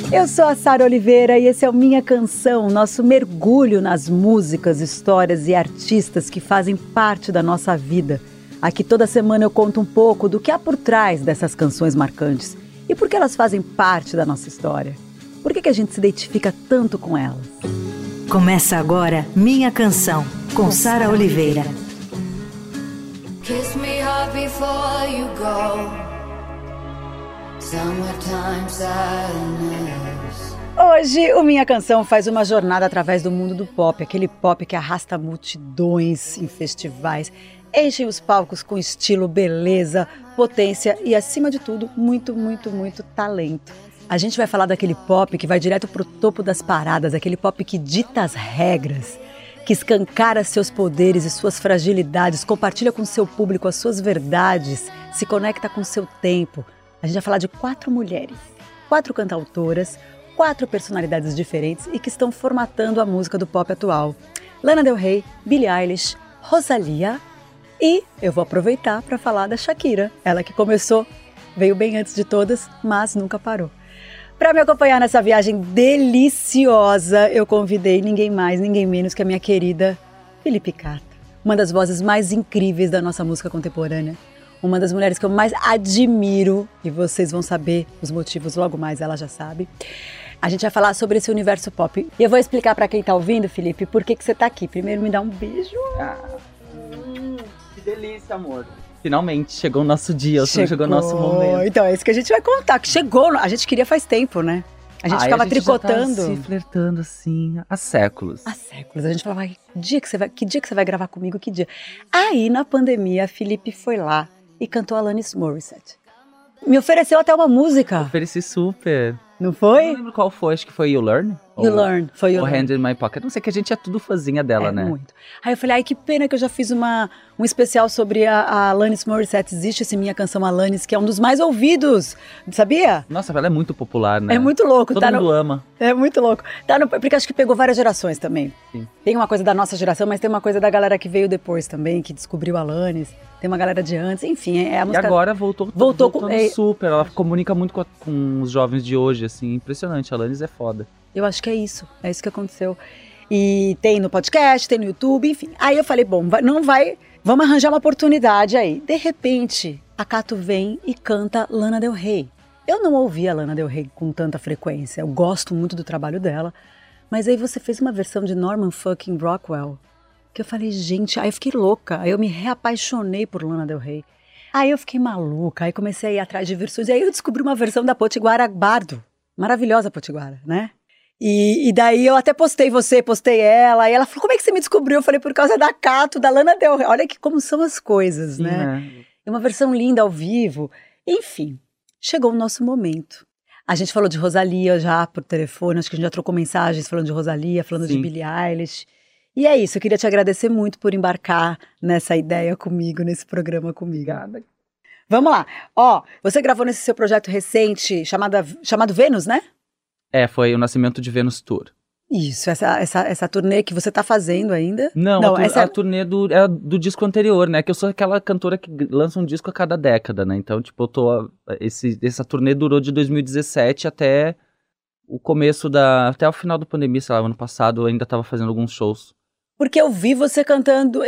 Eu sou a Sara Oliveira e esse é o Minha Canção, nosso mergulho nas músicas, histórias e artistas que fazem parte da nossa vida. Aqui toda semana eu conto um pouco do que há por trás dessas canções marcantes e por que elas fazem parte da nossa história. Por que a gente se identifica tanto com elas? Começa agora Minha Canção, com Sara Oliveira. Kiss me hard before you go. Summertime sadness. Hoje o Minha Canção faz uma jornada através do mundo do pop, aquele pop que arrasta multidões em festivais, enche os palcos com estilo, beleza, potência e, acima de tudo, muito talento. A gente vai falar daquele pop que vai direto pro topo das paradas, aquele pop que dita as regras, que escancara seus poderes e suas fragilidades, compartilha com seu público as suas verdades, se conecta com seu tempo. A gente vai falar de 4 mulheres, 4 cantautoras, 4 personalidades diferentes e que estão formatando a música do pop atual. Lana Del Rey, Billie Eilish, Rosalía e eu vou aproveitar para falar da Shakira, ela que começou, veio bem antes de todas, mas nunca parou. Para me acompanhar nessa viagem deliciosa, eu convidei ninguém mais, ninguém menos que a minha querida Felipe Carta, uma das vozes mais incríveis da nossa música contemporânea. Uma das mulheres que eu mais admiro, e vocês vão saber os motivos logo mais, ela já sabe. A gente vai falar sobre esse universo pop. E eu vou explicar para quem tá ouvindo, Felipe, por que você tá aqui. Primeiro me dá um beijo. Que delícia, amor. Finalmente, chegou o nosso dia, chegou o nosso momento. Então, é isso que a gente vai contar, que chegou, a gente queria faz tempo, né? A gente ficava tricotando. Já tá se flertando assim há séculos. Há séculos. A gente falava, que dia que você vai gravar comigo, que dia? Aí, na pandemia, a Felipe foi lá e cantou Alanis Morissette. Me ofereceu até uma música. Ofereci super. Não foi? Não lembro qual foi, acho que foi You Learn. You Learn, foi You Learn. Hand in My Pocket. Não sei, que a gente é tudo fãzinha dela, né? Muito. Aí eu falei, ai, que pena que eu já fiz um especial sobre a Alanis Morissette. Existe esse Minha Canção Alanis, que é um dos mais ouvidos, sabia? Nossa, ela é muito popular, né? É muito louco. Todo mundo ama. É muito louco. Porque acho que pegou várias gerações também. Sim. Tem uma coisa da nossa geração, mas tem uma coisa da galera que veio depois também, que descobriu a Alanis. Tem uma galera de antes, enfim, é a música... E agora voltou super, ela comunica muito com os jovens de hoje, assim, impressionante, a Alanis é foda. Eu acho que é isso que aconteceu. E tem no podcast, tem no YouTube, enfim. Aí eu falei, bom, vamos arranjar uma oportunidade aí. De repente, a Cato vem e canta Lana Del Rey. Eu não ouvi a Lana Del Rey com tanta frequência, eu gosto muito do trabalho dela, mas aí você fez uma versão de Norman fucking Rockwell, que eu falei, gente, aí eu fiquei louca, aí eu me reapaixonei por Lana Del Rey. Aí eu fiquei maluca, aí comecei a ir atrás de versões, e aí eu descobri uma versão da Potiguara Bardo, maravilhosa Potiguara, né? E daí eu até postei ela, e ela falou, como é que você me descobriu? Eu falei, por causa da Cato, da Lana Del Rey. Olha como são as coisas, né? É uma versão linda ao vivo. Enfim, chegou o nosso momento. A gente falou de Rosalía já por telefone, acho que a gente já trocou mensagens falando de Rosalía, falando de Billie Eilish. E é isso, eu queria te agradecer muito por embarcar nessa ideia comigo, nesse programa comigo. Obrigada. Vamos lá. Você gravou nesse seu projeto recente chamado Vênus, né? Foi o Nascimento de Vênus Tour. Isso, essa turnê que você tá fazendo ainda? Não, a turnê do disco anterior, né? Que eu sou aquela cantora que lança um disco a cada década, né? Então, tipo, essa turnê durou de 2017 até o começo até o final da pandemia, sei lá, ano passado eu ainda tava fazendo alguns shows. Porque eu vi você cantando,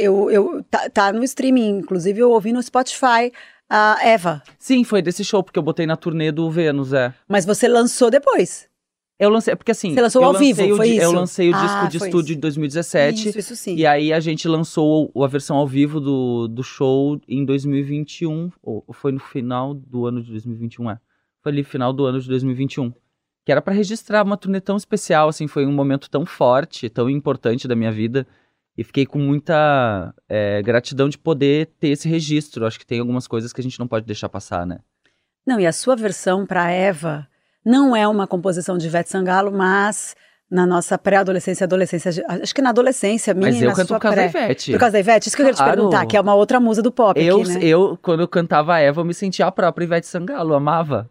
tá no streaming, inclusive eu ouvi no Spotify, a Eva. Sim, foi desse show, porque eu botei na turnê do Vênus, Mas você lançou depois? Eu lancei, porque assim... Você lançou ao vivo, foi isso? Eu lancei o disco de estúdio em 2017. Isso sim. E aí a gente lançou a versão ao vivo do show em 2021, ou foi no final do ano de 2021, Foi ali, final do ano de 2021. Que era pra registrar uma turnê tão especial, assim, foi um momento tão forte, tão importante da minha vida, e fiquei com muita gratidão de poder ter esse registro. Acho que tem algumas coisas que a gente não pode deixar passar, né? Não, e a sua versão pra Eva não é uma composição de Ivete Sangalo, mas na nossa pré-adolescência, adolescência, acho que na adolescência minha. Mas eu canto por causa da Ivete. Por causa da Ivete? Isso que eu queria te perguntar, que é uma outra musa do pop aqui, né? Quando eu cantava a Eva, eu me sentia a própria Ivete Sangalo, eu amava.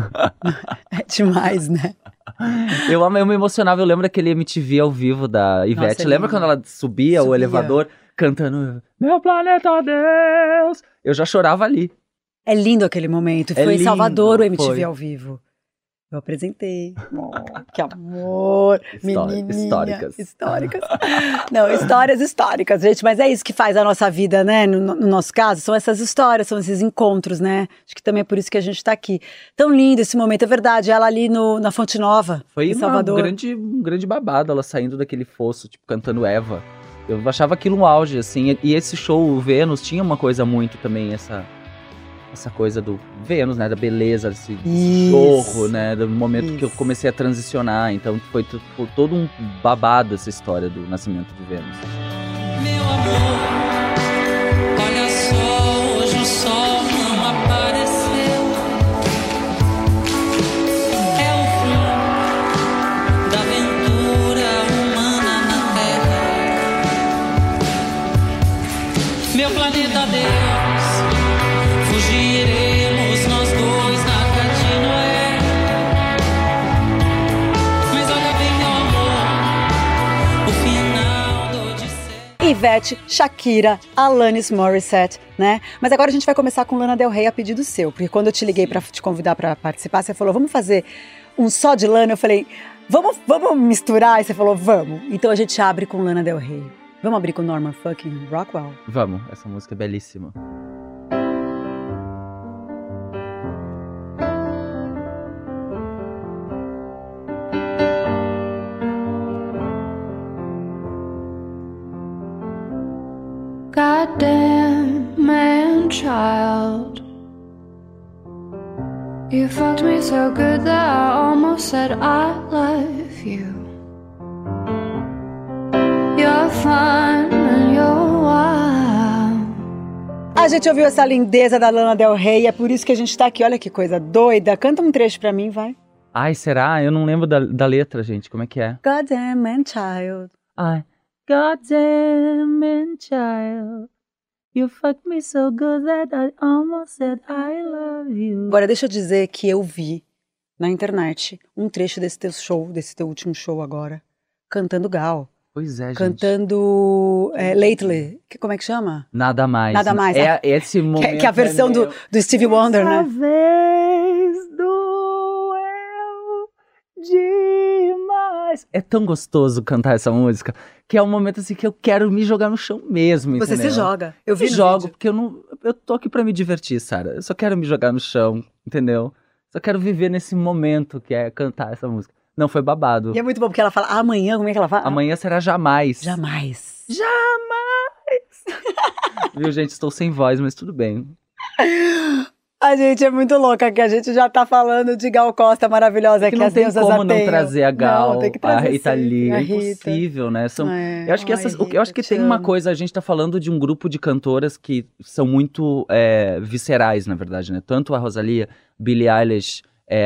É demais, né? Eu me emocionava, eu lembro daquele MTV ao vivo da Ivete. Nossa, Lembra quando ela subia o elevador cantando Meu Planeta Deus? Eu já chorava ali. É lindo aquele momento. Foi em Salvador o MTV ao vivo. Eu apresentei. Oh, que amor. Menininha. Históricas. Não, histórias históricas, gente. Mas é isso que faz a nossa vida, né? No nosso caso, são essas histórias, são esses encontros, né? Acho que também é por isso que a gente tá aqui. Tão lindo esse momento, é verdade. Ela ali na Fonte Nova, Foi em Salvador. um grande babado, ela saindo daquele fosso, tipo, cantando Eva. Eu achava aquilo um auge, assim. E esse show, o Vênus, tinha uma coisa muito também, essa coisa do Vênus, né, da beleza, desse jorro, né, do momento que eu comecei a transicionar, então foi todo um babado essa história do nascimento de Vênus. Meu amor, olha só, hoje o sol não apareceu. É o fim da aventura humana na Terra. Meu planeta Deus, fugiremos nós dois na Arca de Noé. Mas olha bem, meu amor, o final do Odisseia. Ivete, Shakira, Alanis Morissette, né? Mas agora a gente vai começar com Lana Del Rey a pedido seu, porque quando eu te liguei pra te convidar pra participar, você falou, vamos fazer um só de Lana? Eu falei, vamos misturar? E você falou, vamos. Então a gente abre com Lana Del Rey. Vamos abrir com Norman fucking Rockwell? Vamos, essa música é belíssima. Goddamn man child, you fucked me so good that I almost said I love you. You're fun and you're wild. A gente ouviu essa lindeza da Lana Del Rey, é por isso que a gente tá aqui. Olha que coisa doida. Canta um trecho pra mim, vai. Ai, será? Eu não lembro da letra, gente. Como é que é? Goddamn man child. Ai, goddamn man child, you fucked me so good that I almost said I love you. Agora deixa eu dizer que eu vi na internet um trecho desse teu show, desse teu último show agora, cantando Gal. Pois é, gente. Cantando Lately, como é que chama? Nada mais. Nada mais. É esse momento. Que é a versão do Stevie Wonder, né? Vez doeu demais. É tão gostoso cantar essa música, que é um momento assim que eu quero me jogar no chão mesmo, Você entendeu? se joga. Eu vi me no jogo, vídeo. porque eu tô aqui pra me divertir, Sara. Eu só quero me jogar no chão, entendeu? Só quero viver nesse momento que é cantar essa música. Não, foi babado. E é muito bom, porque ela fala, amanhã, como é que ela fala? Amanhã será jamais. Jamais. Viu, gente? Estou sem voz, mas tudo bem. A gente é muito louca, que a gente já tá falando de Gal Costa maravilhosa, que não as tem deusas como não ateiam. trazer a Gal, Não, tem que a trazer Rita Lee. a É Rita. impossível, né? É, eu acho que ai, eu acho que Rita, tem te uma amo. coisa, a gente tá falando de um grupo de cantoras que são muito viscerais, na verdade, né? Tanto a Rosalía, Billie Eilish,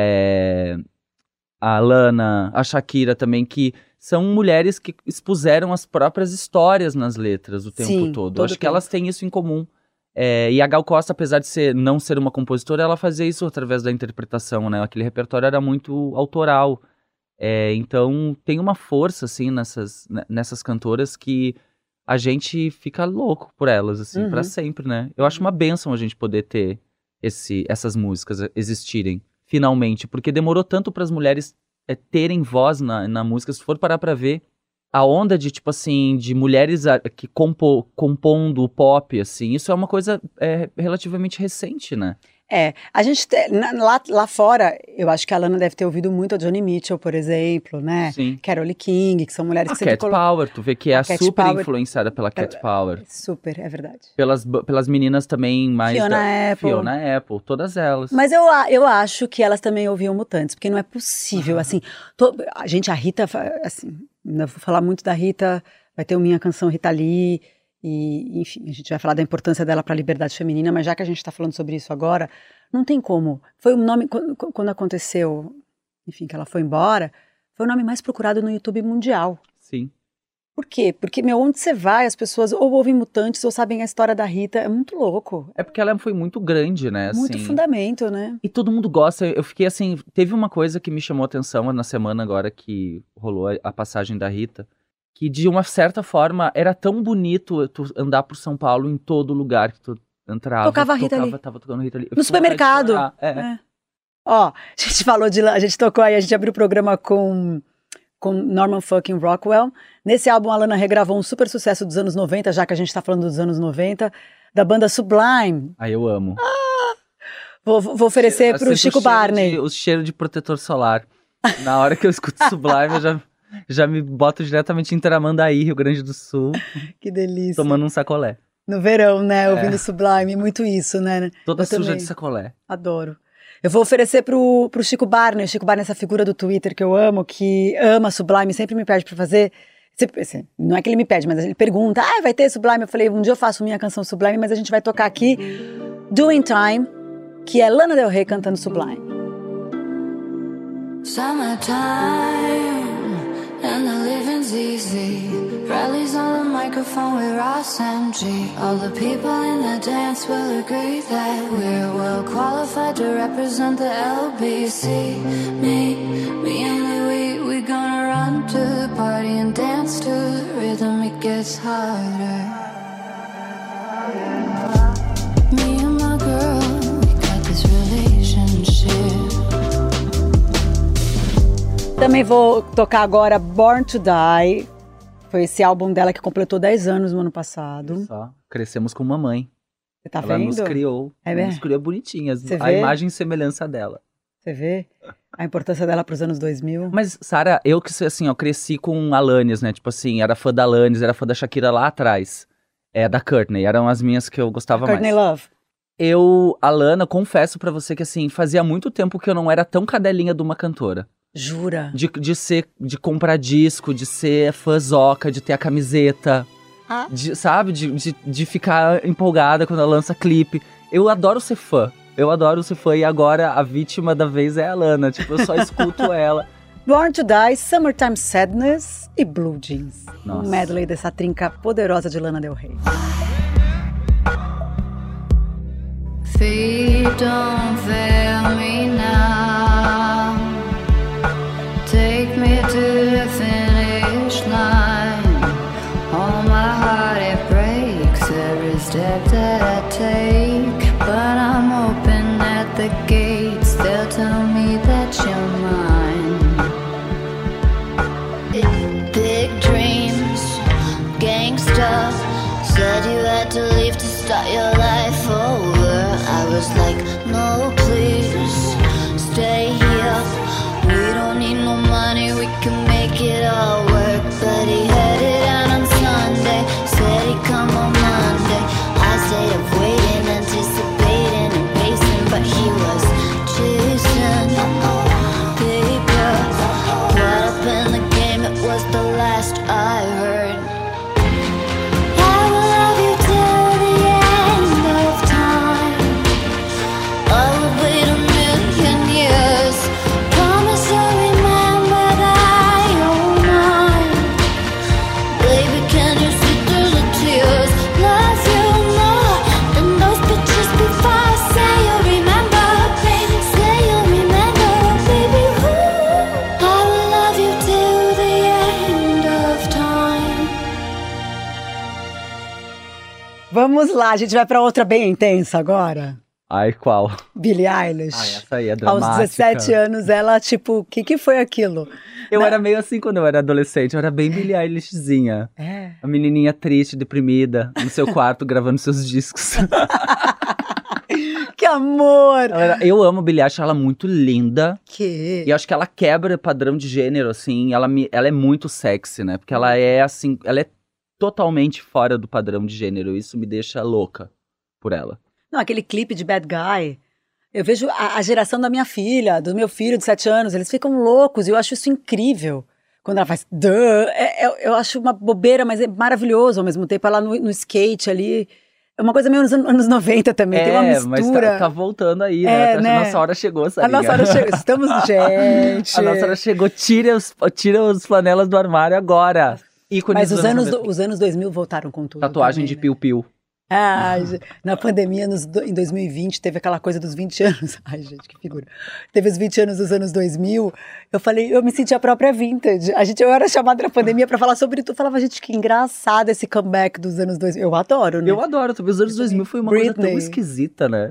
a Lana, a Shakira também, que são mulheres que expuseram as próprias histórias nas letras o tempo Sim, todo. todo Acho que tempo. elas têm isso em comum. E a Gal Costa, apesar de não ser uma compositora, ela fazia isso através da interpretação, né? Aquele repertório era muito autoral. Então tem uma força, assim, nessas cantoras que a gente fica louco por elas, assim, pra sempre, né? Eu acho uma bênção a gente poder ter essas músicas existirem, finalmente, porque demorou tanto para as mulheres terem voz na música. Se for parar pra ver, a onda de, tipo assim, de mulheres que compondo o pop, assim, isso é uma coisa relativamente recente, né? A gente lá fora, eu acho que a Lana deve ter ouvido muito a Johnny Mitchell, por exemplo, né? Sim. Carole King, que são mulheres A que sempre Cat Power, tu vê que é Cat super Power. influenciada pela Cat Power. Super, é verdade. Pelas meninas também mais... Fiona Apple. Fiona Apple, todas elas. Mas eu acho que elas também ouviam Mutantes, porque não é possível, assim, a Rita, assim, não vou falar muito da Rita, vai ter Minha Canção Rita Lee, e enfim, a gente vai falar da importância dela para a liberdade feminina, mas já que a gente está falando sobre isso agora, não tem como. Foi um nome, quando aconteceu, enfim, que ela foi embora, foi o nome mais procurado no YouTube mundial. Sim. Por quê? Porque, onde você vai, as pessoas ou ouvem Mutantes ou sabem a história da Rita, é muito louco. É porque ela foi muito grande, né? Muito assim. fundamento, né? E todo mundo gosta. Eu fiquei assim, teve uma coisa que me chamou a atenção na semana agora que rolou a passagem da Rita, que de uma certa forma era tão bonito tu andar por São Paulo em todo lugar que tu entrava. Tocava a Rita ali. Tava tocando Rita ali. Eu No fiquei com vontade de supermercado. chorar. Ó, a gente falou a gente tocou aí, a gente abriu o programa com Norman fucking Rockwell. Nesse álbum, a Lana regravou um super sucesso dos anos 90, já que a gente tá falando dos anos 90, da banda Sublime. Aí eu amo. Vou oferecer pro Chico Barney. O cheiro de protetor solar. Na hora que eu escuto Sublime, eu já me boto diretamente em Tramandaí, Rio Grande do Sul, Que delícia. tomando um sacolé. No verão, né? Ouvindo Sublime, muito isso, né? Toda Eu suja também. de sacolé. Adoro. Eu vou oferecer pro Chico Barney. O Chico Barney, essa figura do Twitter que eu amo, que ama Sublime, sempre me pede pra fazer. Assim, não é que ele me pede, mas ele pergunta, vai ter Sublime? Eu falei, um dia eu faço minha canção Sublime, mas a gente vai tocar aqui Doing Time, que é Lana Del Rey cantando Sublime. Summertime and the living's easy. Rallies on the microphone with Ross MG. All the people in the dance will agree that we're well qualified to represent the LBC. Me and Louis, we gonna run to the party and dance to the rhythm. It gets harder. Me and my girl, we got this relationship. Também vou tocar agora Born to Die. Foi esse álbum dela que completou 10 anos no ano passado. Só crescemos com mamãe. Você tá Ela vendo? nos criou. É Nos mesmo? criou bonitinhas. Você A vê? imagem e semelhança dela. Você vê a importância dela pros anos 2000? Mas, Sara, eu que assim, eu cresci com Alanis, né? Tipo assim, era fã da Alanis, era fã da Shakira lá atrás. Da Courtney, eram as minhas que eu gostava Courtney mais. Love. A Lana, confesso pra você que assim, fazia muito tempo que eu não era tão cadelinha de uma cantora. Jura? De comprar disco, de ser fãzoca, de ter a camiseta, sabe? De ficar empolgada quando ela lança clipe. Eu adoro ser fã. E agora a vítima da vez é a Lana. Tipo, eu só escuto ela. Born to Die, Summertime Sadness e Blue Jeans. Nossa. Um medley dessa trinca poderosa de Lana Del Rey. Feet don't fail me now. Take me to the finish line. All my heart it breaks every step that I take. But I'm open at the gates. They'll tell me that you're mine. Big dreams, gangsta. Said you had to leave to start your life over. I was like, no please, stay here. We don't need no money, we can make it all work. But he headed out on Sunday, said he'd come on Monday. I stayed up waiting, anticipating and pacing, but he was chasing paper. Caught up in the game, it was the last I heard. I will love you till the end of time. I would wait a million years. Promise you'll remember that you're mine. Baby, can you see through the tears? Love you more than those pictures before. Say you'll remember, baby. Say you'll remember, baby. Ooh, I will love you till the end of time. Vamos lá, a gente vai pra outra bem intensa agora. Ai, qual? Billie Eilish. Essa aí é Aos dramática. 17 anos, ela, tipo, o que foi aquilo? Eu era meio assim quando eu era adolescente. Eu era bem Billie Eilishzinha. É. A menininha triste, deprimida, no seu quarto, gravando seus discos. Que amor! Eu amo Billie Eilish, ela é muito linda. Que? E eu acho que ela quebra padrão de gênero, assim. Ela é muito sexy, né? Porque ela é, assim, ela é totalmente fora do padrão de gênero. Isso me deixa louca por ela. Não, aquele clipe de Bad Guy. Eu vejo a geração da minha filha, do meu filho de 7 anos, eles ficam loucos e eu acho isso incrível. Quando ela faz duh, eu acho uma bobeira, mas é maravilhoso ao mesmo tempo. Ela no skate ali. É uma coisa meio nos anos 90 também, tem uma mistura. Mas tá voltando aí, né? né? A nossa hora chegou, A Sarinha. nossa hora chegou. Estamos, gente. A nossa hora chegou. Tira os flanelas do armário agora. Ícones Mas dos anos 90. os anos 2000 voltaram com tudo. Tatuagem também, de né? piu-piu. Na pandemia, em 2020, teve aquela coisa dos 20 anos. Ai, gente, que figura. Teve os 20 anos dos anos 2000. Eu me senti a própria vintage. Eu era chamada na pandemia pra falar sobre tudo. Falava, gente, que engraçado esse comeback dos anos 2000. Eu adoro, né? Eu adoro também. Os anos 2000 foi uma coisa tão Britney. esquisita, né?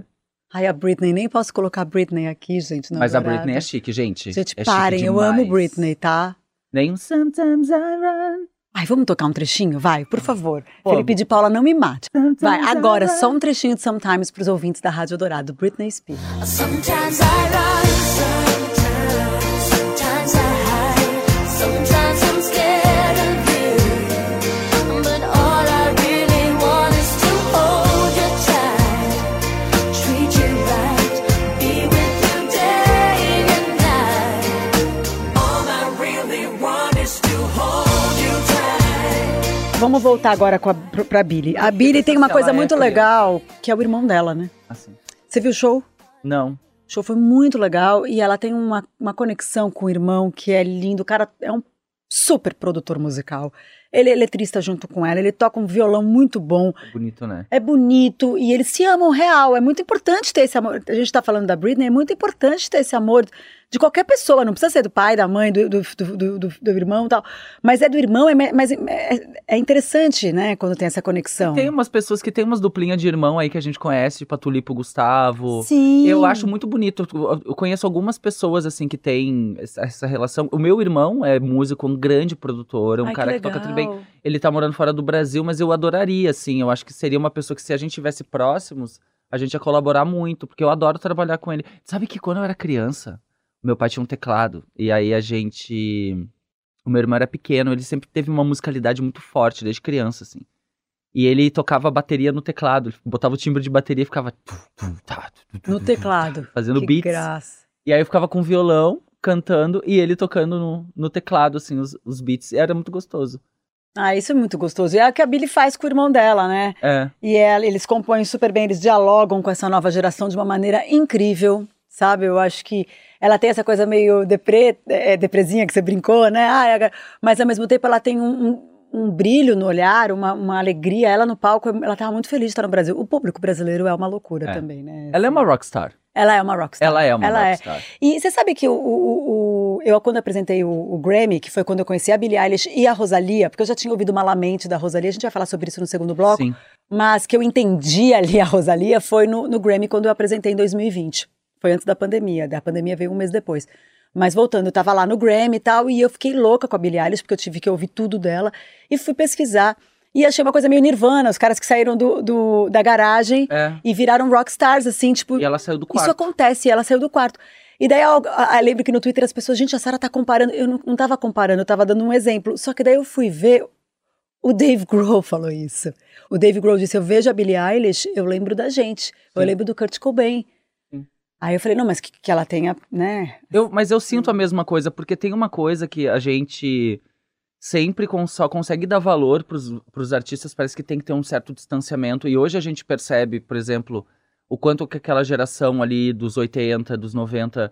Ai, a Britney, nem posso colocar a Britney aqui, gente. Mas a Eldorado. Britney é chique, gente. Gente, é parem, chique eu amo demais. Britney, tá? Nem um Sometimes I Run. Ai, vamos tocar um trechinho? Vai, por favor. Vamos. Felipe de Paula, não me mate. Vai, Sometimes agora, I run. só um trechinho de Sometimes pros ouvintes da Rádio Eldorado. Britney Spears. Sometimes I run, sometimes I hide, sometimes I'm scared of you. But all I really want is to hold you tight, treat you right, be with you day and night. All I really want is to hold you tight. Vamos voltar agora pra Billie. A Billie tem uma se coisa ela é muito criança. legal, que é o irmão dela, né? Assim. Você viu o show? Não. O show foi muito legal e ela tem uma conexão com o irmão que é lindo. O cara é um super produtor musical. Ele é letrista junto com ela, ele toca um violão muito bom. Bonito, né? É bonito e eles se amam real. É muito importante ter esse amor. A gente tá falando da Britney, é muito importante ter esse amor de qualquer pessoa. Não precisa ser do pai, da mãe, do irmão e tal. Mas é do irmão, mas é interessante, né? Quando tem essa conexão. Tem umas pessoas que tem umas duplinhas de irmão aí que a gente conhece, tipo a Tulipa e o Gustavo. Sim. Eu acho muito bonito. Eu conheço algumas pessoas, assim, que tem essa relação. O meu irmão é músico, um grande produtor, é um Ai, cara que toca tudo bem. Ele tá morando fora do Brasil, mas eu adoraria, assim. Eu acho que seria uma pessoa que, se a gente tivesse próximos, a gente ia colaborar muito, porque eu adoro trabalhar com ele. Sabe que quando eu era criança, meu pai tinha um teclado, e aí o meu irmão era pequeno, ele sempre teve uma musicalidade muito forte, desde criança, assim. E ele tocava bateria no teclado, ele botava o timbre de bateria e ficava... No teclado. Fazendo Que beats. graça. E aí eu ficava com violão, cantando, e ele tocando no teclado, assim, os beats. E era muito gostoso. Ah, isso é muito gostoso. E é o que a Billie faz com o irmão dela, né? É. E eles compõem super bem, eles dialogam com essa nova geração de uma maneira incrível, sabe? Eu acho que ela tem essa coisa meio depresinha que você brincou, né? Mas ao mesmo tempo ela tem um brilho no olhar, uma alegria. Ela no palco, ela tava muito feliz de estar no Brasil. O público brasileiro é uma loucura também, né? Ela é uma rockstar. Ela é uma rockstar. Ela é uma rockstar. E você sabe que eu quando apresentei o Grammy, que foi quando eu conheci a Billie Eilish e a Rosalía, porque eu já tinha ouvido Malamente da Rosalía, a gente vai falar sobre isso no segundo bloco, Sim. mas que eu entendi ali a Rosalía foi no Grammy quando eu apresentei em 2020. Foi antes da pandemia veio um mês depois. Mas voltando, eu tava lá no Grammy e tal, e eu fiquei louca com a Billie Eilish, porque eu tive que ouvir tudo dela, e fui pesquisar. E achei uma coisa meio Nirvana, os caras que saíram da garagem e viraram rockstars, assim, tipo... E ela saiu do quarto. Isso acontece, e ela saiu do quarto. E daí eu lembro que no Twitter as pessoas, gente, a Sarah tá comparando. Eu não tava comparando, eu tava dando um exemplo. Só que daí eu fui ver, o Dave Grohl falou isso. O Dave Grohl disse, eu vejo a Billie Eilish, eu lembro da gente. Eu lembro do Kurt Cobain. Sim. Aí eu falei, não, mas que ela tenha, né? Mas eu sinto a mesma coisa, porque tem uma coisa que a gente sempre só consegue dar valor pros artistas, parece que tem que ter um certo distanciamento. E hoje a gente percebe, por exemplo, o quanto que aquela geração ali dos 80, dos 90,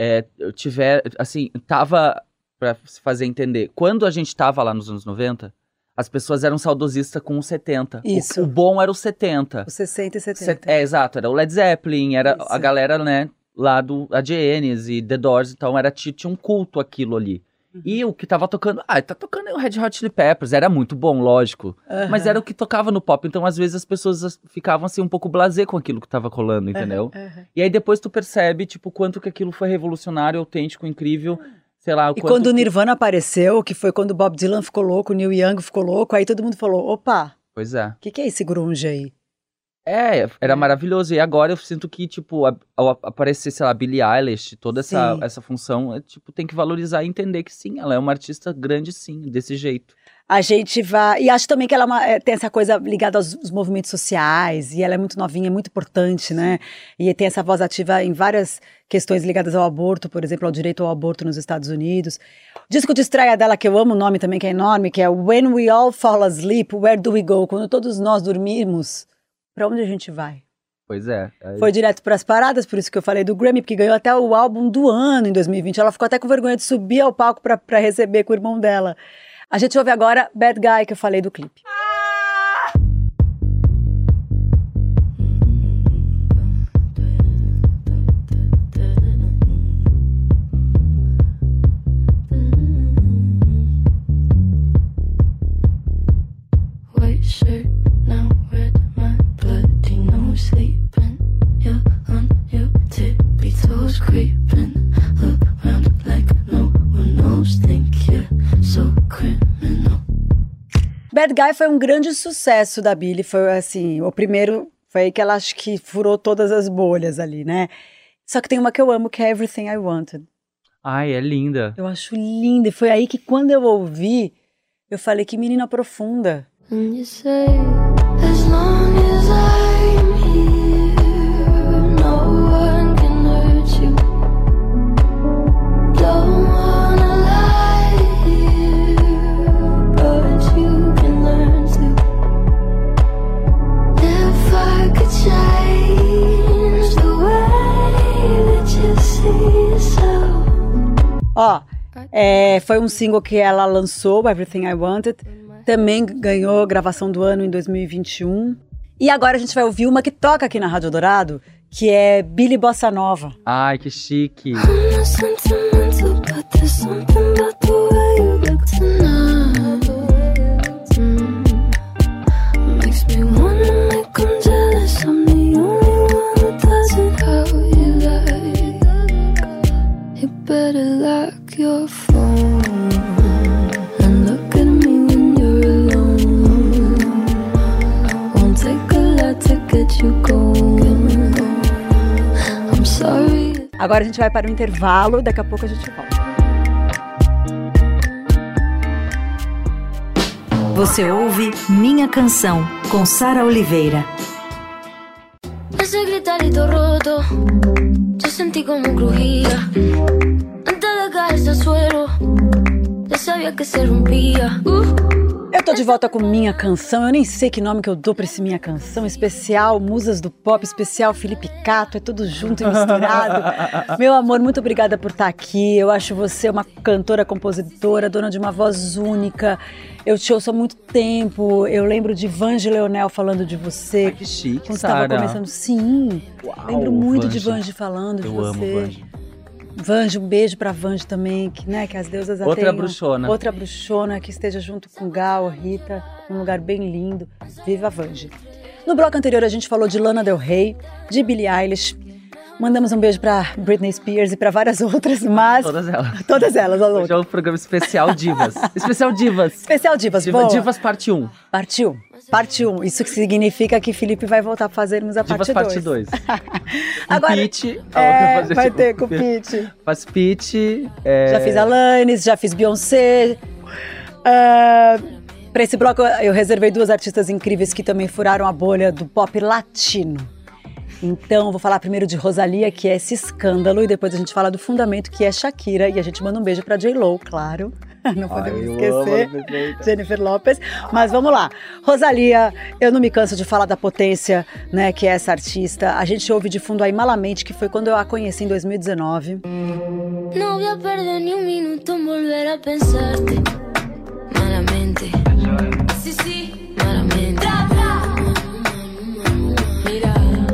tava, pra se fazer entender, quando a gente tava lá nos anos 90, as pessoas eram saudosistas com os 70. Isso. O bom era os 70. Os 60 e 70. Exato, era o Led Zeppelin, era Isso. a galera, né, lá do a Genesis e The Doors, então tinha um culto aquilo ali. E o que tava tocando, tá tocando o Red Hot Chili Peppers, era muito bom, lógico, mas era o que tocava no pop, então às vezes as pessoas ficavam assim um pouco blasé com aquilo que tava colando, entendeu? E aí depois tu percebe, tipo, quanto que aquilo foi revolucionário, autêntico, incrível, sei lá... E quando o Nirvana apareceu, que foi quando o Bob Dylan ficou louco, o Neil Young ficou louco, aí todo mundo falou, opa, Pois é. o que é esse grunge aí? Era maravilhoso. E agora eu sinto que, tipo, ao aparecer, sei lá, Billie Eilish, toda essa função, tipo, tem que valorizar e entender que sim, ela é uma artista grande, sim, desse jeito. A gente vai... E acho também que ela tem essa coisa ligada aos movimentos sociais, e ela é muito novinha, é muito importante, né? E tem essa voz ativa em várias questões ligadas ao aborto, por exemplo, ao direito ao aborto nos Estados Unidos. O disco de estreia dela, que eu amo o nome também, que é enorme, que é When We All Fall Asleep, Where Do We Go? Quando todos nós dormirmos, pra onde a gente vai? Pois é. Foi direto pras paradas, por isso que eu falei do Grammy, porque ganhou até o álbum do ano em 2020. Ela ficou até com vergonha de subir ao palco pra receber com o irmão dela. A gente ouve agora Bad Guy, que eu falei do clipe. White shirt, now red, my bloody nose sleeping. You're on Bad Guy foi um grande sucesso da Billie, foi assim, o primeiro, foi aí que ela acho que furou todas as bolhas ali, né? Só que tem uma que eu amo, que é Everything I Wanted. Ai, é linda. Eu acho linda, e foi aí que quando eu ouvi, eu falei, que menina profunda. And you say, as long as I'm here, no one can hurt you. Don't wanna lie here, but you can learn to. If I could change the way that you see yourself. Ó, foi um single que ela lançou, Everything I Wanted. Também ganhou gravação do ano em 2021. E agora a gente vai ouvir uma que toca aqui na Rádio Dourado, que é Billie Bossa Nova. Ai, que chique. I'm not sentimental, but there's something about the way you look tonight. Makes me wanna make 'em jealous. I'm the only one who does it how you like. You better lock your phone and look at me when you're alone. Won't take a lot to get you going. I'm sorry. Agora a gente vai para o intervalo, daqui a pouco a gente volta. Você ouve Minha Canção, com Sara Oliveira. Ese gritarito roto, yo sentí como crujía. Antes de caerse al suelo, ya sabía que se rompía. Eu tô de volta com Minha Canção, eu nem sei que nome que eu dou pra esse Minha Canção, especial Musas do Pop, especial Felipe Cato, é tudo junto e misturado. Meu amor, muito obrigada por estar aqui, eu acho você uma cantora, compositora, dona de uma voz única, eu te ouço há muito tempo, eu lembro de Vange Leonel falando de você. Ai, que chique, quando você estava Sara. começando, sim, lembro muito de Vange. Vange falando de Eu você. amo Vange. Vange, um beijo pra Vange também, que, né, que as deusas a Outra tenham. bruxona. Outra bruxona que esteja junto com Gal, Rita, num lugar bem lindo. Viva a Vange. No bloco anterior a gente falou de Lana Del Rey, de Billie Eilish. Mandamos um beijo pra Britney Spears e pra várias outras, mas... Todas elas. Todas elas, ao Hoje longo. é o programa especial Divas. Especial Divas. Especial Divas, boa. Divas parte 1. Partiu. Parte 1. Isso que significa que Felipe vai voltar a fazermos a Divas parte 2. parte 2. Agora, Pitty. a outra fazer vai tipo- ter com o Pitty. Faz Pitty. Já fiz Alanis, já fiz Beyoncé. Para esse bloco eu reservei duas artistas incríveis que também furaram a bolha do pop latino. Então vou falar primeiro de Rosalía, que é esse escândalo, e depois a gente fala do fundamento, que é Shakira, e a gente manda um beijo pra J.Lo, claro. Não podemos esquecer. Jennifer Lopez. Mas vamos lá. Rosalía, eu não me canso de falar da potência, né, que é essa artista. A gente ouve de fundo aí Malamente, que foi quando eu a conheci em 2019. No voy a perder ni un minuto en volver a pensarte. Malamente. Sí, sí, malamente. Mira.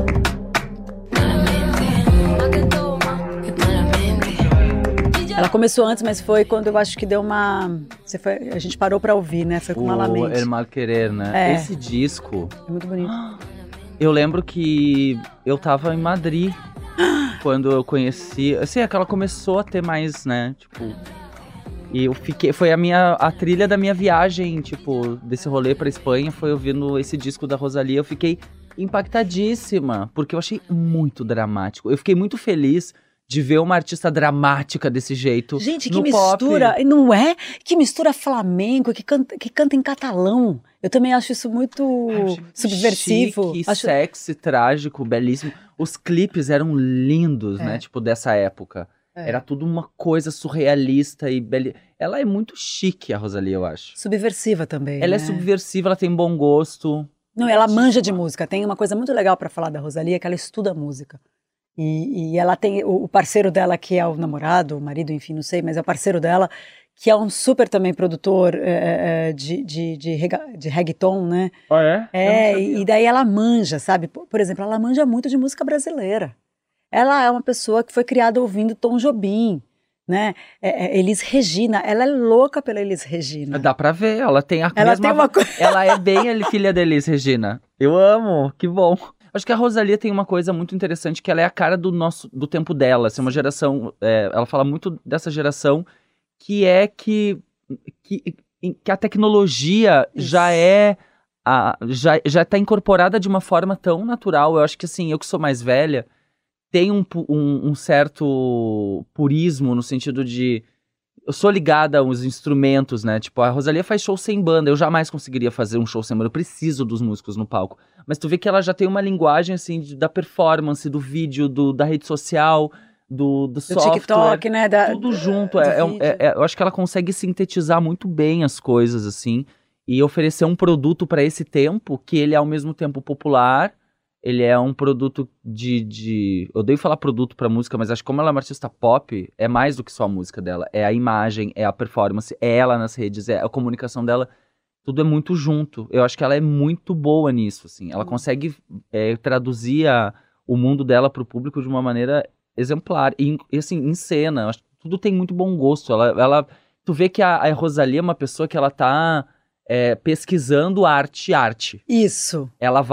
Malamente. Pa' que toma. Malamente. Ela começou antes, mas foi quando eu acho que deu uma... a gente parou pra ouvir, né? Foi com O Malamente. El Mal Querer, né? É. Esse disco, É muito bonito. eu lembro que eu tava em Madrid quando eu conheci. Assim, é que ela começou a ter mais, né? Tipo. E eu fiquei. Foi a trilha da minha viagem, tipo, desse rolê pra Espanha, foi ouvindo esse disco da Rosalía. Eu fiquei impactadíssima, porque eu achei muito dramático. Eu fiquei muito feliz de ver uma artista dramática desse jeito. Gente, que no mistura, pop. não é? Que mistura flamenco, que canta em catalão. Eu também acho isso muito subversivo. Chique, Acho... sexy, trágico, belíssimo. Os clipes eram lindos, né? Tipo, dessa época. É. Era tudo uma coisa surrealista e Ela é muito chique, a Rosalía, eu acho. Subversiva também, Ela né? é subversiva, ela tem bom gosto. Não, ela manja de música. Tem uma coisa muito legal pra falar da Rosalía, que ela estuda música. E ela tem o parceiro dela, que é o namorado, o marido, enfim, não sei, mas é o parceiro dela, que é um super também produtor de reggaeton, né? Ah, é? E daí ela manja, sabe? Por exemplo, ela manja muito de música brasileira. Ela é uma pessoa que foi criada ouvindo Tom Jobim, né? Elis Regina, ela é louca pela Elis Regina. Dá pra ver, ela tem a Ela mesma... tem uma coisa... Ela é bem a filha da Elis Regina. Eu amo, que bom. Acho que a Rosalía tem uma coisa muito interessante, que ela é a cara do tempo dela. Assim, uma geração... ela fala muito dessa geração que que a tecnologia já é... já tá incorporada de uma forma tão natural. Eu acho que, assim, eu que sou mais velha, tem um certo purismo no sentido de... Eu sou ligada aos instrumentos, né? Tipo, a Rosalía faz show sem banda. Eu jamais conseguiria fazer um show sem banda. Eu preciso dos músicos no palco. Mas tu vê que ela já tem uma linguagem, assim, da performance, do vídeo, da rede social, do software. TikTok, né? Tudo junto. Eu acho que ela consegue sintetizar muito bem as coisas, assim. E oferecer um produto para esse tempo, que ele é ao mesmo tempo popular. Ele é um produto eu odeio falar produto pra música, mas acho que como ela é uma artista pop, é mais do que só a música dela. É a imagem, é a performance, é ela nas redes, é a comunicação dela. Tudo é muito junto. Eu acho que ela é muito boa nisso, assim. Ela consegue traduzir o mundo dela pro público de uma maneira exemplar. E assim, em cena, acho que tudo tem muito bom gosto. Tu vê que a Rosalía é uma pessoa que ela tá... pesquisando arte. Isso. Ela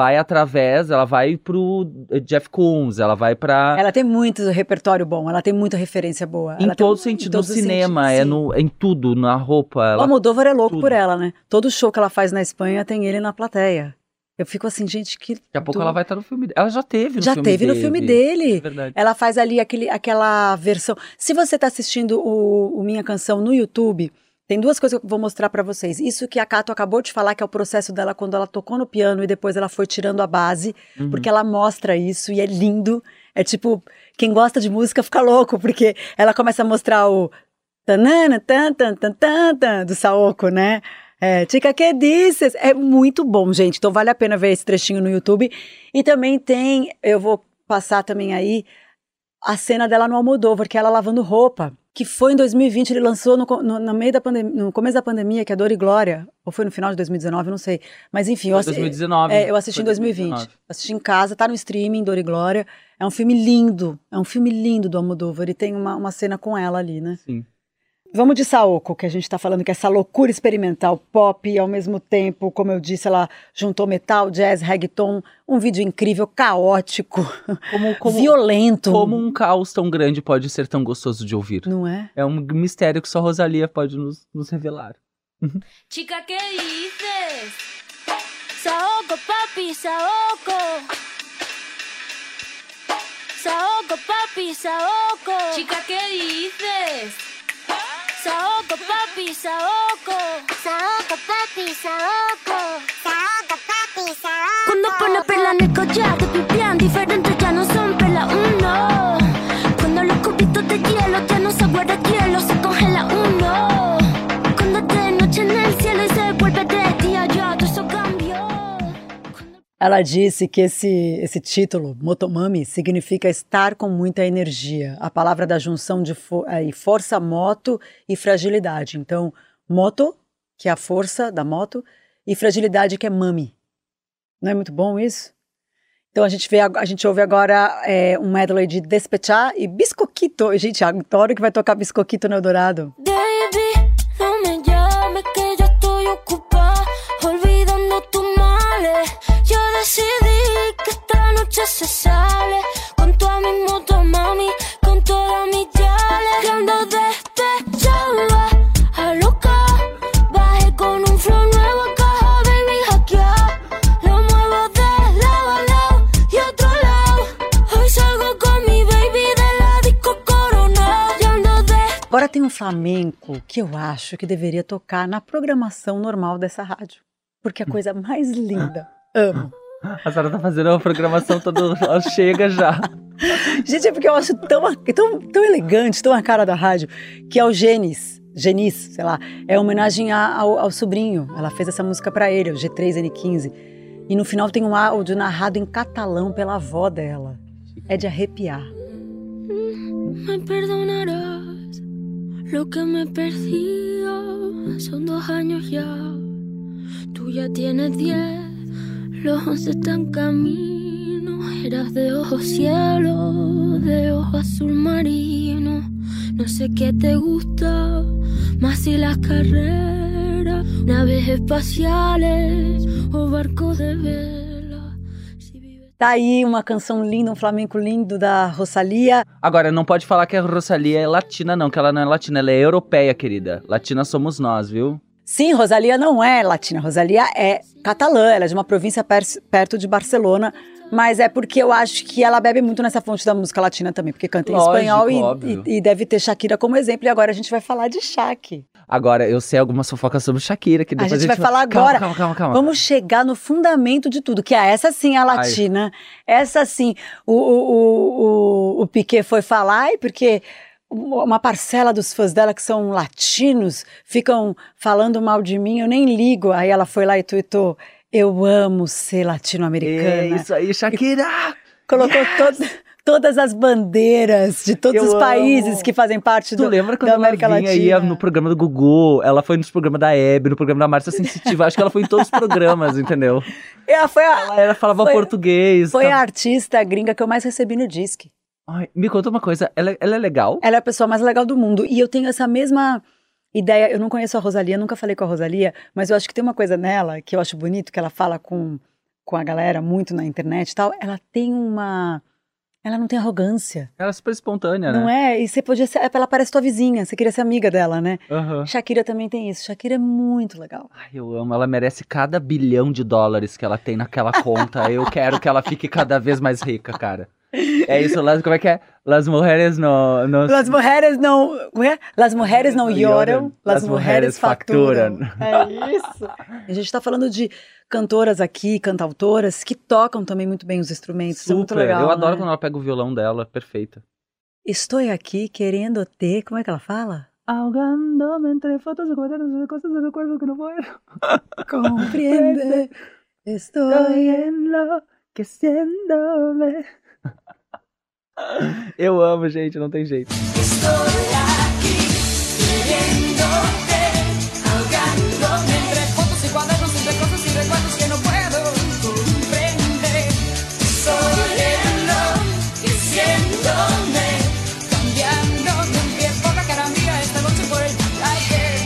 vai pro Jeff Koons, ela vai pra... Ela tem muito repertório bom, ela tem muita referência boa. Em todo sentido, no cinema, em tudo, na roupa. O Almodóvar é louco tudo. por ela, né? Todo show que ela faz na Espanha tem ele na plateia. Eu fico assim, gente, que... Daqui a pouco ela vai estar no filme dele. Ela já teve no filme dele. Já teve no filme dele. É verdade. Ela faz ali aquela versão... Se você tá assistindo o Minha Canção no YouTube... Tem duas coisas que eu vou mostrar pra vocês. Isso que a Cato acabou de falar, que é o processo dela quando ela tocou no piano e depois ela foi tirando a base, porque ela mostra isso e é lindo. É tipo, quem gosta de música fica louco, porque ela começa a mostrar o tanana, tan, tan, tan, tan, tan, do Saoko, né? Chica, que dices? É muito bom, gente. Então vale a pena ver esse trechinho no YouTube. E também eu vou passar também aí, a cena dela no Almodóvar, que é ela lavando roupa. Que foi em 2020, ele lançou no meio da pandemia, no começo da pandemia, que é Dor e Glória, ou foi no final de 2019, não sei. Mas enfim, eu assisti 2019. Eu assisti em 2020. Assisti em casa, tá no streaming, Dor e Glória. É um filme lindo do Almodóvar, e tem uma cena com ela ali, né? Sim. Vamos de Saoko, que a gente tá falando que é essa loucura experimental pop, e ao mesmo tempo, como eu disse, ela juntou metal, jazz, reggaeton, um vídeo incrível, caótico, violento. Como um caos tão grande pode ser tão gostoso de ouvir. Não é? É um mistério que só Rosalía pode nos revelar. Chica, ¿qué dices? Saoko, papi, Saoko. Saoko, papi, Saoko. Chica, ¿qué dices? Saoko, papi, Saoko. Saoko, papi, Saoko. Saoko, papi, Saoko. Cuando pone perla en el collar, te pipián diferentes, ya no son perla uno. Cuando los cubitos de hielo ya no se guarda hielo, se congela uno. Cuando es de noche en el cielo y se vuelve de día, ya todo eso cambió. Ela disse que esse título, Motomami, significa estar com muita energia. A palavra da junção de força, moto e fragilidade. Então, moto, que é a força da moto, e fragilidade, que é mami. Não é muito bom isso? Então, a gente ouve agora um medley de Despechá e Biscoquito. Gente, adoro que vai tocar Biscoquito no Eldorado. Baby, no me llames que yo estoy ocupada, olvidando tus males. Yo decidí que esta noche se sale con toda mi moto, mami, con toda mi chale. Que ando despechada, a loca, bajé con un flow nuevo a caja, baby, hackear. Lo muevo de lado a lado y otro lado. Hoy salgo con mi baby de la disco Corona. Yo ando despechada. Agora tem um flamenco que eu acho que deveria tocar na programação normal dessa rádio. Porque é a coisa mais linda. Amo. A senhora tá fazendo uma programação toda... Ela chega já. Gente, é porque eu acho tão elegante, tão a cara da rádio, que é o Genis, sei lá, é homenagem ao sobrinho. Ela fez essa música pra ele, o G3N15. E no final tem um áudio narrado em catalão pela avó dela. É de arrepiar. Me perdonarás lo que me persigo. Son 2 años ya. Tú ya tienes 10. Los 11 están camino. Eras de ojos cielo, de ojo azul marino. No sé qué te gusta, más si las carreras, naves espaciales o barcos de vela. Tá aí uma canção linda, um flamenco lindo da Rosalía. Agora, não pode falar que a Rosalía é latina não, que ela não é latina, ela é europeia, querida. Latina somos nós, viu? Sim, Rosalía não é latina, Rosalía é catalã, ela é de uma província perto de Barcelona, mas é porque eu acho que ela bebe muito nessa fonte da música latina também, porque canta em Lógico, espanhol óbvio. e deve ter Shakira como exemplo, e agora a gente vai falar de Shaki. Agora, eu sei algumas fofocas sobre Shakira, que A depois gente vai falar Calma, agora. Calma. Vamos chegar no fundamento de tudo, que é essa sim a latina, essa sim o Piqué foi falar, e porque uma parcela dos fãs dela que são latinos ficam falando mal de mim, eu nem ligo. Aí ela foi lá e tweetou, eu amo ser latino-americana. É isso aí, Shakira! Colocou todas as bandeiras de todos Eu os países amo. que fazem parte Tu lembra quando da América ela vinha, Latina? ia no programa do Gugu, ela foi nos programas da Hebe, no programa da Márcia Sensitiva, acho que ela foi em todos os programas, entendeu? Ela falava português. Foi tá? a artista gringa que eu mais recebi no Disque. Ai, me conta uma coisa, ela é legal? Ela é a pessoa mais legal do mundo. E eu tenho essa mesma ideia. Eu não conheço a Rosalía, nunca falei com a Rosalía, mas eu acho que tem uma coisa nela que eu acho bonito, que ela fala com a galera muito na internet e tal. Ela tem uma... Ela não tem arrogância. Ela é super espontânea, né? Não é? E você podia ser... Ela parece tua vizinha, você queria ser amiga dela, né? Aham. Shakira também tem isso. Shakira é muito legal. Ai, eu amo, ela merece cada bilhão de dólares que ela tem naquela conta. Eu quero que ela fique cada vez mais rica, cara. É isso, como é que é? Las mujeres no... Las mujeres não... Como é? Las mujeres não lloram, las mujeres facturam. É isso. A gente tá falando de cantoras aqui, cantautoras, que tocam também muito bem os instrumentos. Isso é muito Super, legal, eu adoro né? quando ela pega o violão dela, perfeita. Estou aqui querendo ter... Como é que ela fala? Ahogándome entre fotos e cuadernos de cosas de recuerdos que no puedo. Compreende. Estou... enlouqueciéndome. Eu amo, gente, não tem jeito. Estoy aquí queriéndote, ahogándome entre fotos y cuadernos, entre cosas y recuerdos que no puedo comprender. Estoy enloqueciéndome, cambiando de un pie por la cara mía esta noche por el ayer.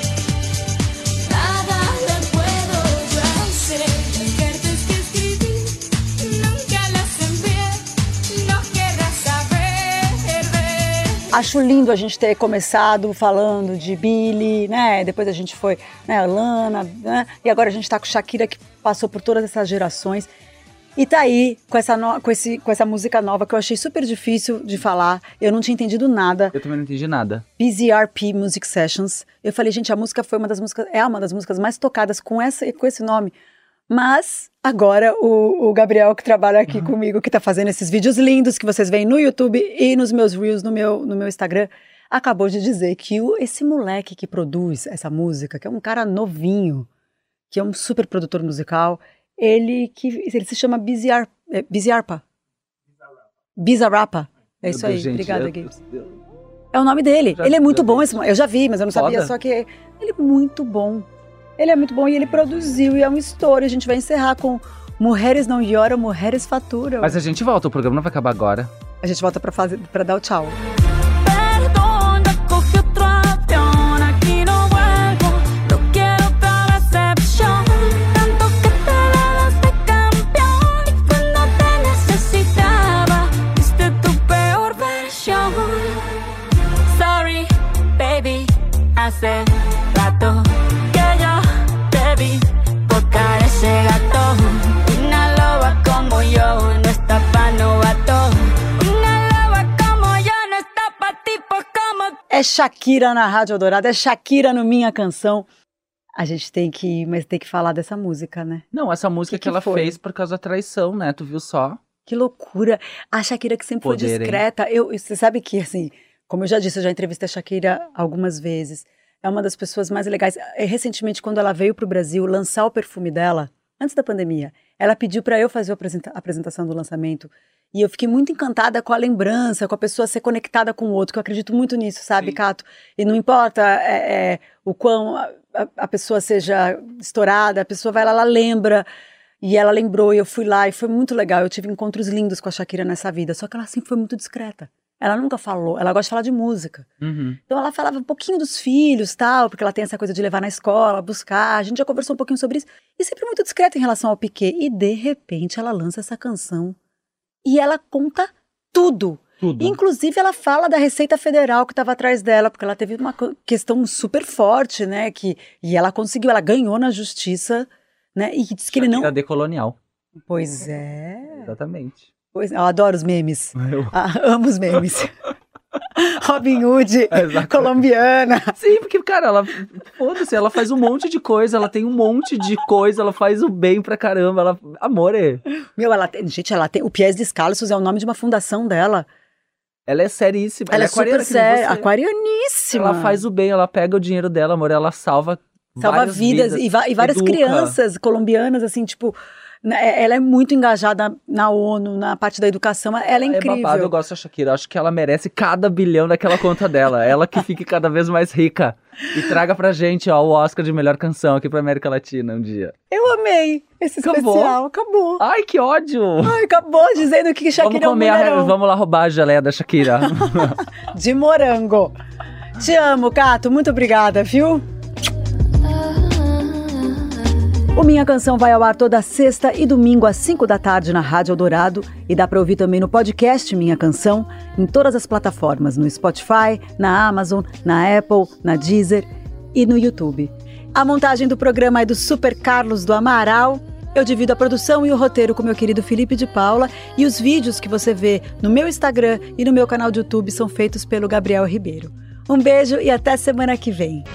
Nada le puedo yo hacer, las cartas que escribí nunca las envié, no querrás saber de... Acho lindo a gente ter começado falando de Billie, né? Depois a gente foi, né, Lana, né? E agora a gente tá com Shakira, que passou por todas essas gerações. E tá aí com essa música nova que eu achei super difícil de falar. Eu não tinha entendido nada. Eu também não entendi nada. BZRP Music Sessions. Eu falei, gente, a música foi uma das músicas mais tocadas com esse nome. Mas agora o Gabriel, que trabalha aqui comigo, que tá fazendo esses vídeos lindos que vocês veem no YouTube e nos meus Reels, no meu Instagram, acabou de dizer que esse moleque que produz essa música, que é um cara novinho, que é um super produtor musical, ele se chama Bizarrapa. Bizarrapa. É isso Meu Deus, aí. gente, Obrigada, eu- Gibbs. É o nome dele. Ele é muito bom, eu já vi, mas eu não sabia, Foda. só que ele é muito bom. Ele é muito bom e ele produziu, e é uma história. A gente vai encerrar com Mulheres Não Lloram, Mulheres Faturam. Mas a gente volta, o programa não vai acabar agora. A gente volta pra dar o tchau. Perdona, cogí otro avión, aquí no vuelvo, no quiero otra decepción, tanto que te das de campeón, y cuando te necesitaba, viste tu peor versión. Sorry, baby, hace rato que yo te vi tocar ese gato, una loba como yo no está pa' novato. É Shakira na Rádio Eldorado, é Shakira no Minha Canção. A gente tem que falar dessa música, né? Não, essa música que ela foi? fez por causa da traição, né? Tu viu só? Que loucura. A Shakira que sempre Poder, foi hein? discreta. Você sabe que, assim, como eu já disse, eu já entrevistei a Shakira algumas vezes. É uma das pessoas mais legais. Recentemente, quando ela veio pro Brasil lançar o perfume dela, antes da pandemia, ela pediu para eu fazer a apresentação do lançamento. E eu fiquei muito encantada com a lembrança, com a pessoa ser conectada com o outro, que eu acredito muito nisso, sabe, Sim. Cato? E não importa o quão a pessoa seja estourada, a pessoa vai lá, ela lembra. E ela lembrou, e eu fui lá, e foi muito legal. Eu tive encontros lindos com a Shakira nessa vida, só que ela sempre foi muito discreta. Ela nunca falou, ela gosta de falar de música. Uhum. Então ela falava um pouquinho dos filhos, tal, porque ela tem essa coisa de levar na escola, buscar. A gente já conversou um pouquinho sobre isso. E sempre muito discreta em relação ao Piqué. E de repente ela lança essa canção. E ela conta tudo. Tudo. Inclusive, ela fala da Receita Federal que estava atrás dela, porque ela teve uma questão super forte, né? E ela conseguiu, ela ganhou na justiça, né? E disse que ele não... Shakira decolonial. Pois é. Exatamente. Pois, eu adoro os memes. Eu- Amo os memes. Robin Hood, Exatamente. colombiana. Sim, porque, cara, ela... Foda-se, ela faz um monte de coisa, ela tem um monte de coisa, ela faz o bem pra caramba, ela... Amore, Meu, ela tem... O Pies Descalços é o nome de uma fundação dela. ela é seríssima. Ela é aquariana super que nem séria, você. aquarianíssima. Ela faz o bem, ela pega o dinheiro dela, amor, ela salva várias vidas e várias educa. crianças colombianas, assim, tipo, ela é muito engajada na ONU, na parte da educação, ela é incrível. É babado, eu gosto da Shakira, eu acho que ela merece cada bilhão daquela conta dela, ela que fique cada vez mais rica e traga pra gente, ó, o Oscar de melhor canção aqui pra América Latina um dia. Eu amei esse Acabou? especial, acabou. Ai, que ódio! Ai, acabou dizendo que Shakira Vamos é um mulherão. vamos lá roubar a geleia da Shakira. De morango. Te amo, Cato, muito obrigada, viu? O Minha Canção vai ao ar toda sexta e domingo às 5 da tarde na Rádio Eldorado e dá para ouvir também no podcast Minha Canção, em todas as plataformas, no Spotify, na Amazon, na Apple, na Deezer e no YouTube. A montagem do programa é do Super Carlos do Amaral. Eu divido a produção e o roteiro com meu querido Felipe de Paula e os vídeos que você vê no meu Instagram e no meu canal de YouTube são feitos pelo Gabriel Ribeiro. Um beijo e até semana que vem.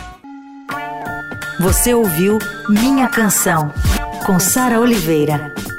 Você ouviu Minha Canção, com Sara Oliveira.